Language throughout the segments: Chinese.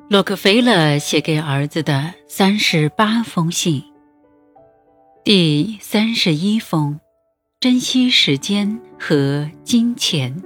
洛克菲勒写给儿子的38封信。第31封，珍惜时间和金钱。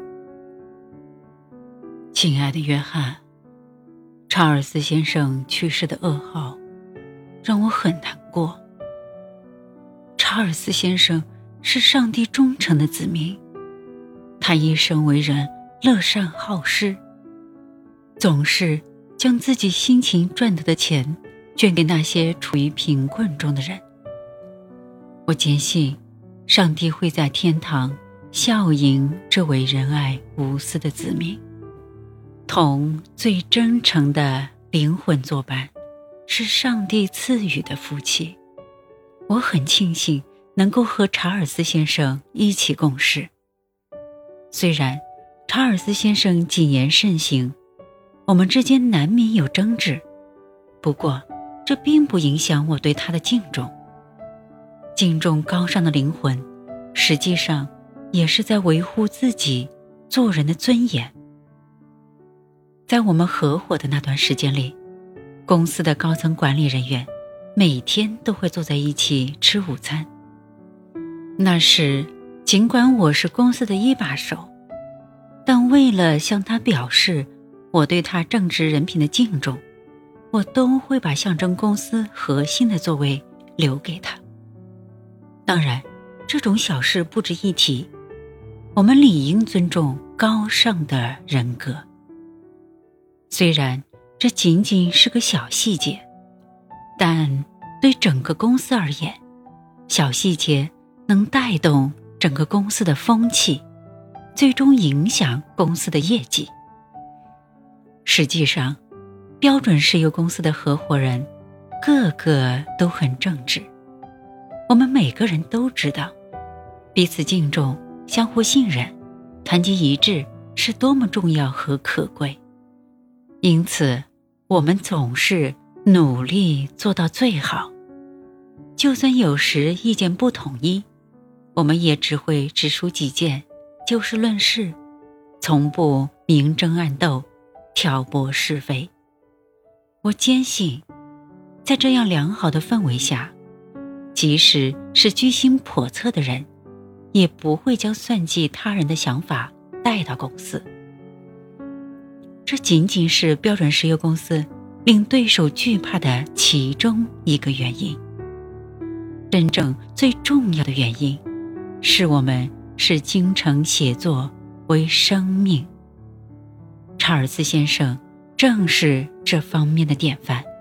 亲爱的约翰，查尔斯先生去世的噩耗让我很难过。查尔斯先生是上帝忠诚的子民，他一生为人乐善好施，总是将自己辛勤赚得的钱捐给那些处于贫困中的人。我坚信上帝会在天堂笑迎这位仁爱无私的子民，同最真诚的灵魂作伴，是上帝赐予的福气。我很庆幸能够和查尔斯先生一起共事。虽然查尔斯先生谨言慎行，我们之间难免有争执，不过这并不影响我对他的敬重。敬重高尚的灵魂，实际上也是在维护自己做人的尊严。在我们合伙的那段时间里，公司的高层管理人员每天都会坐在一起吃午餐。那时尽管我是公司的一把手，但为了向他表示我对他正直人品的敬重，我都会把象征公司核心的座位留给他。当然，这种小事不值一提，我们理应尊重高尚的人格。虽然这仅仅是个小细节，但对整个公司而言，小细节能带动整个公司的风气，最终影响公司的业绩。实际上，标准石油公司的合伙人个个都很正直。我们每个人都知道，彼此敬重、相互信任、团结一致是多么重要和可贵。因此，我们总是努力做到最好。就算有时意见不统一，我们也只会直抒己见，就事论事，从不明争暗斗，挑拨是非。我坚信，在这样良好的氛围下，即使是居心叵测的人，也不会将算计他人的想法带到公司。这仅仅是标准石油公司令对手惧怕的其中一个原因。真正最重要的原因，是我们视精诚协作为生命。查尔斯先生正是这方面的典范。